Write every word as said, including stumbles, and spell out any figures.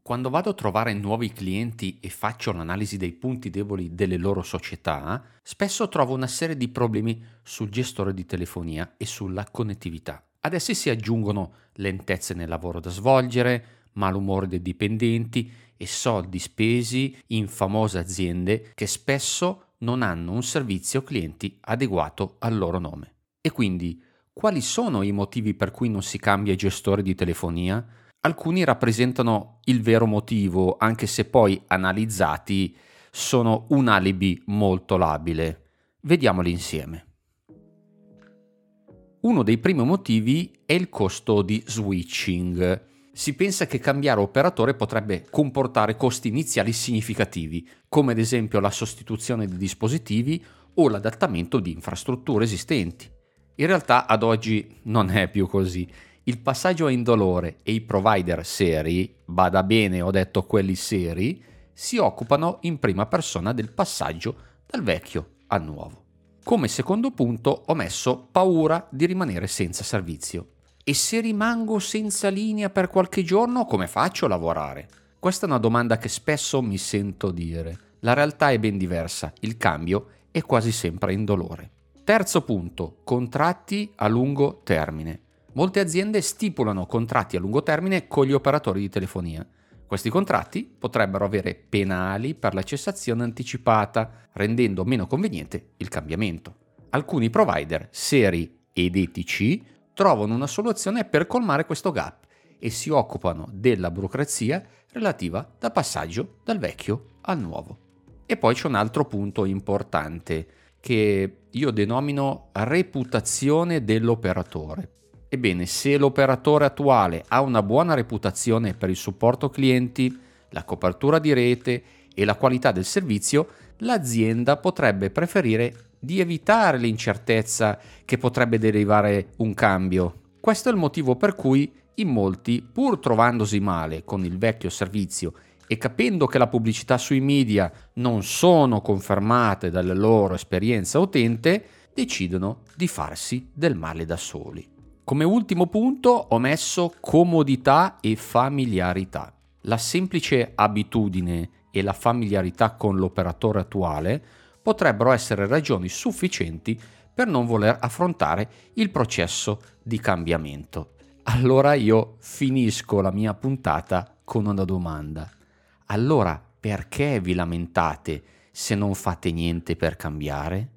Quando vado a trovare nuovi clienti e faccio l'analisi dei punti deboli delle loro società, spesso trovo una serie di problemi sul gestore di telefonia e sulla connettività. Ad essi si aggiungono lentezze nel lavoro da svolgere, malumore dei dipendenti e soldi spesi in famose aziende che spesso non hanno un servizio clienti adeguato al loro nome. E quindi, quali sono i motivi per cui non si cambia gestore di telefonia? Alcuni rappresentano il vero motivo, anche se poi analizzati sono un alibi molto labile. Vediamoli insieme. Uno dei primi motivi è il costo di switching. Si pensa che cambiare operatore potrebbe comportare costi iniziali significativi, come ad esempio la sostituzione di dispositivi o l'adattamento di infrastrutture esistenti. In realtà ad oggi non è più così. Il passaggio è indolore e i provider seri, bada bene ho detto quelli seri, si occupano in prima persona del passaggio dal vecchio al nuovo. Come secondo punto ho messo paura di rimanere senza servizio. E se rimango senza linea per qualche giorno, come faccio a lavorare? Questa è una domanda che spesso mi sento dire. La realtà è ben diversa, il cambio è quasi sempre indolore. Terzo punto, contratti a lungo termine. Molte aziende stipulano contratti a lungo termine con gli operatori di telefonia. Questi contratti potrebbero avere penali per la cessazione anticipata, rendendo meno conveniente il cambiamento. Alcuni provider seri ed etici trovano una soluzione per colmare questo gap e si occupano della burocrazia relativa dal passaggio dal vecchio al nuovo. E poi c'è un altro punto importante che io denomino reputazione dell'operatore. Ebbene, se l'operatore attuale ha una buona reputazione per il supporto clienti, la copertura di rete e la qualità del servizio, l'azienda potrebbe preferire di evitare l'incertezza che potrebbe derivare un cambio. Questo è il motivo per cui in molti, pur trovandosi male con il vecchio servizio e capendo che la pubblicità sui media non sono confermate dalla loro esperienza utente, decidono di farsi del male da soli. Come ultimo punto ho messo comodità e familiarità. La semplice abitudine e la familiarità con l'operatore attuale potrebbero essere ragioni sufficienti per non voler affrontare il processo di cambiamento. Allora io finisco la mia puntata con una domanda. Allora perché vi lamentate se non fate niente per cambiare?